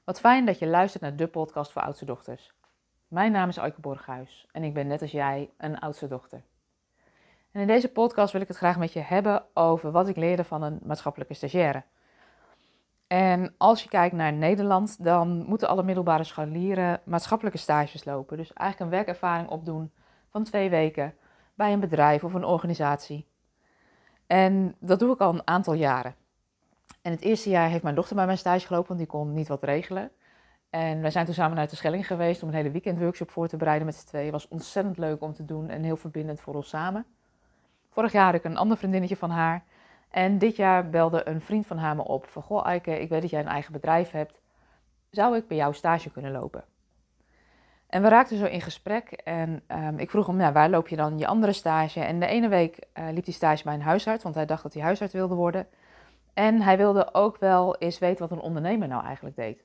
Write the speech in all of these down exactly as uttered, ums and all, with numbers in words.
Wat fijn dat je luistert naar de podcast voor oudste dochters. Mijn naam is Aike Borghuis en ik ben net als jij een oudste dochter. En in deze podcast wil ik het graag met je hebben over wat ik leerde van een maatschappelijke stagiaire. En als je kijkt naar Nederland, dan moeten alle middelbare scholieren maatschappelijke stages lopen. Dus eigenlijk een werkervaring opdoen van twee weken bij een bedrijf of een organisatie. En dat doe ik al een aantal jaren. En het eerste jaar heeft mijn dochter bij mijn stage gelopen, want die kon niet wat regelen. En wij zijn toen samen naar de Schelling geweest om een hele weekendworkshop voor te bereiden met z'n tweeën. Het was ontzettend leuk om te doen en heel verbindend voor ons samen. Vorig jaar had ik een ander vriendinnetje van haar. En dit jaar belde een vriend van haar me op van: goh Aike, ik weet dat jij een eigen bedrijf hebt. Zou ik bij jou stage kunnen lopen? En we raakten zo in gesprek en um, ik vroeg hem, ja, waar loop je dan je andere stage? En de ene week uh, liep hij stage bij een huisarts, want hij dacht dat hij huisarts wilde worden. En hij wilde ook wel eens weten wat een ondernemer nou eigenlijk deed.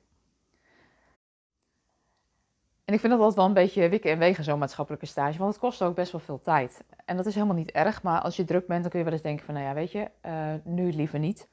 En ik vind dat altijd wel een beetje wikken en wegen, zo'n maatschappelijke stage, want het kost ook best wel veel tijd. En dat is helemaal niet erg, maar als je druk bent, dan kun je wel eens denken van, nou ja, weet je, uh, nu liever niet.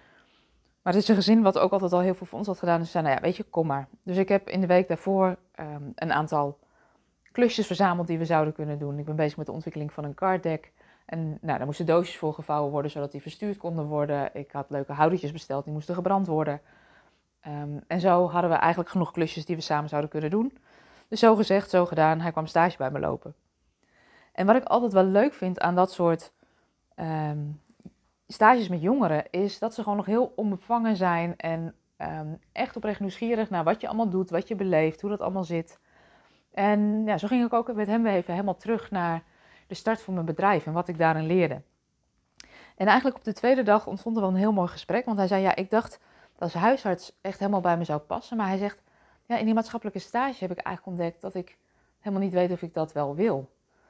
Maar het is een gezin wat ook altijd al heel veel voor ons had gedaan, dus zei, nou ja, weet je, kom maar. Dus ik heb in de week daarvoor um, een aantal klusjes verzameld die we zouden kunnen doen. Ik ben bezig met de ontwikkeling van een card deck. En nou, daar moesten doosjes voor gevouwen worden, zodat die verstuurd konden worden. Ik had leuke houdertjes besteld, die moesten gebrand worden. Um, en zo hadden we eigenlijk genoeg klusjes die we samen zouden kunnen doen. Dus zo gezegd, zo gedaan, hij kwam stage bij me lopen. En wat ik altijd wel leuk vind aan dat soort um, stages met jongeren, is dat ze gewoon nog heel onbevangen zijn en um, echt oprecht nieuwsgierig naar wat je allemaal doet, wat je beleeft, hoe dat allemaal zit. En ja, zo ging ik ook met hem even helemaal terug naar de start van mijn bedrijf en wat ik daarin leerde. En eigenlijk op de tweede dag ontstond er wel een heel mooi gesprek, want hij zei, ja, ik dacht dat als huisarts echt helemaal bij me zou passen, maar hij zegt, ja, in die maatschappelijke stage heb ik eigenlijk ontdekt dat ik helemaal niet weet of ik dat wel wil.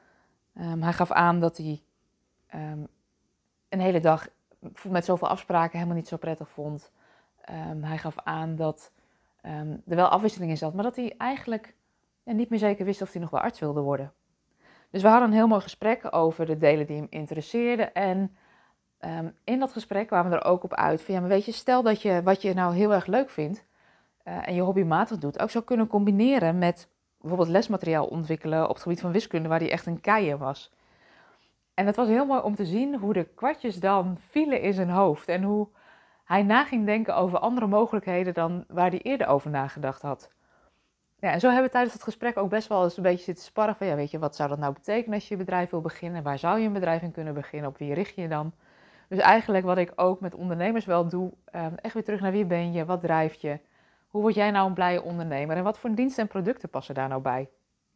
Um, hij gaf aan dat hij um, een hele dag met zoveel afspraken helemaal niet zo prettig vond. Um, hij gaf aan dat um, er wel afwisseling in zat, maar dat hij eigenlijk ja, niet meer zeker wist of hij nog wel arts wilde worden. Dus we hadden een heel mooi gesprek over de delen die hem interesseerden. En um, in dat gesprek kwamen we er ook op uit van, ja, maar weet je, stel dat je wat je nou heel erg leuk vindt uh, en je hobbymatig doet, ook zou kunnen combineren met bijvoorbeeld lesmateriaal ontwikkelen op het gebied van wiskunde, waar hij echt een kei in was. En het was heel mooi om te zien hoe de kwartjes dan vielen in zijn hoofd en hoe hij na ging denken over andere mogelijkheden dan waar hij eerder over nagedacht had. Ja, en zo hebben we tijdens het gesprek ook best wel eens een beetje zitten sparren van, ja, weet je, wat zou dat nou betekenen als je je bedrijf wil beginnen? Waar zou je een bedrijf in kunnen beginnen? Op wie richt je je dan? Dus eigenlijk wat ik ook met ondernemers wel doe, echt weer terug naar wie ben je, wat drijft je? Hoe word jij nou een blije ondernemer? En wat voor diensten en producten passen daar nou bij?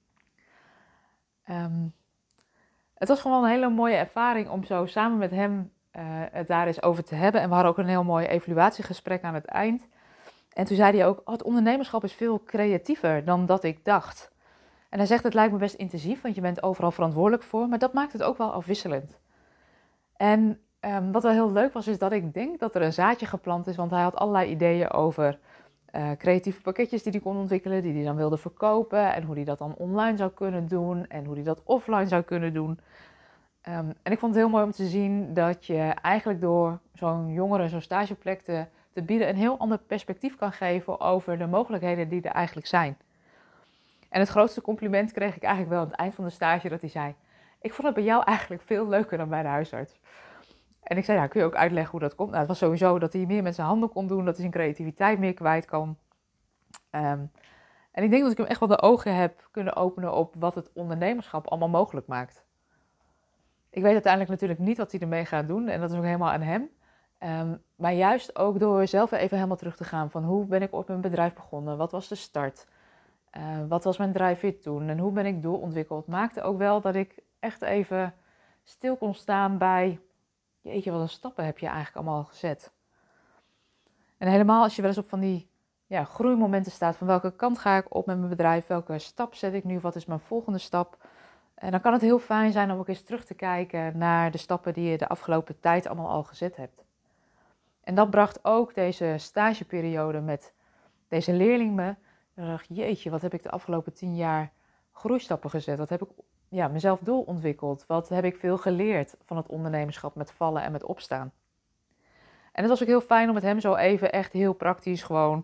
Um, het was gewoon een hele mooie ervaring om zo samen met hem uh, het daar eens over te hebben. En we hadden ook een heel mooi evaluatiegesprek aan het eind. En toen zei hij ook, oh, het ondernemerschap is veel creatiever dan dat ik dacht. En hij zegt, het lijkt me best intensief, want je bent overal verantwoordelijk voor, maar dat maakt het ook wel afwisselend. En um, wat wel heel leuk was, is dat ik denk dat er een zaadje geplant is, want hij had allerlei ideeën over uh, creatieve pakketjes die hij kon ontwikkelen, die hij dan wilde verkopen en hoe hij dat dan online zou kunnen doen en hoe hij dat offline zou kunnen doen. Um, en ik vond het heel mooi om te zien dat je eigenlijk door zo'n jongere, zo'n stageplek te, te bieden, een heel ander perspectief kan geven over de mogelijkheden die er eigenlijk zijn. En het grootste compliment kreeg ik eigenlijk wel aan het eind van de stage, dat hij zei, ik vond het bij jou eigenlijk veel leuker dan bij de huisarts. En ik zei, ja, kun je ook uitleggen hoe dat komt? Nou, het was sowieso dat hij meer met zijn handen kon doen, dat hij zijn creativiteit meer kwijt kan. Um, en ik denk dat ik hem echt wel de ogen heb kunnen openen op wat het ondernemerschap allemaal mogelijk maakt. Ik weet uiteindelijk natuurlijk niet wat hij ermee gaat doen en dat is ook helemaal aan hem. Um, maar juist ook door zelf even helemaal terug te gaan van hoe ben ik op mijn bedrijf begonnen, wat was de start, uh, wat was mijn drijfveer toen en hoe ben ik doorontwikkeld, maakte ook wel dat ik echt even stil kon staan bij, jeetje, wat een stappen heb je eigenlijk allemaal gezet. En helemaal als je wel eens op van die ja, groeimomenten staat, van welke kant ga ik op met mijn bedrijf, welke stap zet ik nu, wat is mijn volgende stap. En dan kan het heel fijn zijn om ook eens terug te kijken naar de stappen die je de afgelopen tijd allemaal al gezet hebt. En dat bracht ook deze stageperiode met deze leerling me. Ik dacht, jeetje, wat heb ik de afgelopen tien jaar groeistappen gezet? Wat heb ik ja, mezelf doorontwikkeld? Wat heb ik veel geleerd van het ondernemerschap met vallen en met opstaan? En het was ook heel fijn om met hem zo even echt heel praktisch gewoon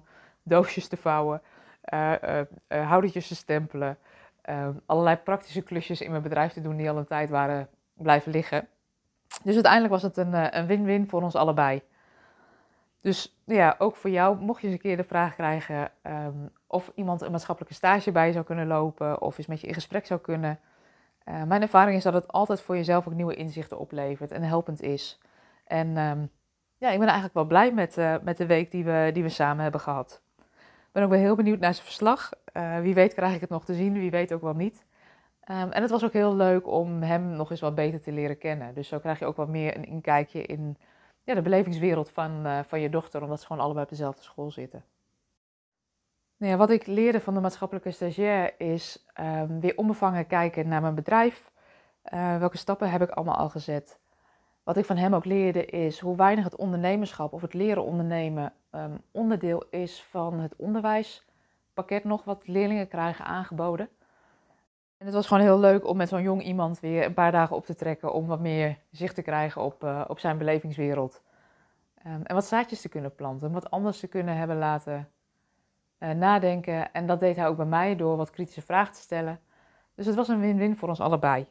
doosjes te vouwen, uh, uh, uh, houdertjes te stempelen, uh, allerlei praktische klusjes in mijn bedrijf te doen die al een tijd waren blijven liggen. Dus uiteindelijk was het een, uh, een win-win voor ons allebei. Dus ja, ook voor jou, mocht je eens een keer de vraag krijgen um, of iemand een maatschappelijke stage bij zou kunnen lopen of eens met je in gesprek zou kunnen. Uh, mijn ervaring is dat het altijd voor jezelf ook nieuwe inzichten oplevert en helpend is. En um, ja, ik ben eigenlijk wel blij met, uh, met de week die we, die we samen hebben gehad. Ik ben ook wel heel benieuwd naar zijn verslag. Uh, wie weet krijg ik het nog te zien, wie weet ook wel niet. Um, en het was ook heel leuk om hem nog eens wat beter te leren kennen. Dus zo krijg je ook wat meer een inkijkje in ja, de belevingswereld van, uh, van je dochter, omdat ze gewoon allebei op dezelfde school zitten. Nou ja, wat ik leerde van de maatschappelijke stagiair is um, weer onbevangen kijken naar mijn bedrijf. Uh, welke stappen heb ik allemaal al gezet? Wat ik van hem ook leerde is hoe weinig het ondernemerschap of het leren ondernemen um, onderdeel is van het onderwijspakket nog wat leerlingen krijgen aangeboden. En het was gewoon heel leuk om met zo'n jong iemand weer een paar dagen op te trekken om wat meer zicht te krijgen op, uh, op zijn belevingswereld. Um, en wat zaadjes te kunnen planten, wat anders te kunnen hebben laten uh, nadenken. En dat deed hij ook bij mij door wat kritische vragen te stellen. Dus het was een win-win voor ons allebei.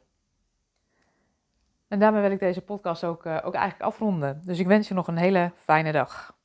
En daarmee wil ik deze podcast ook, uh, ook eigenlijk afronden. Dus ik wens je nog een hele fijne dag.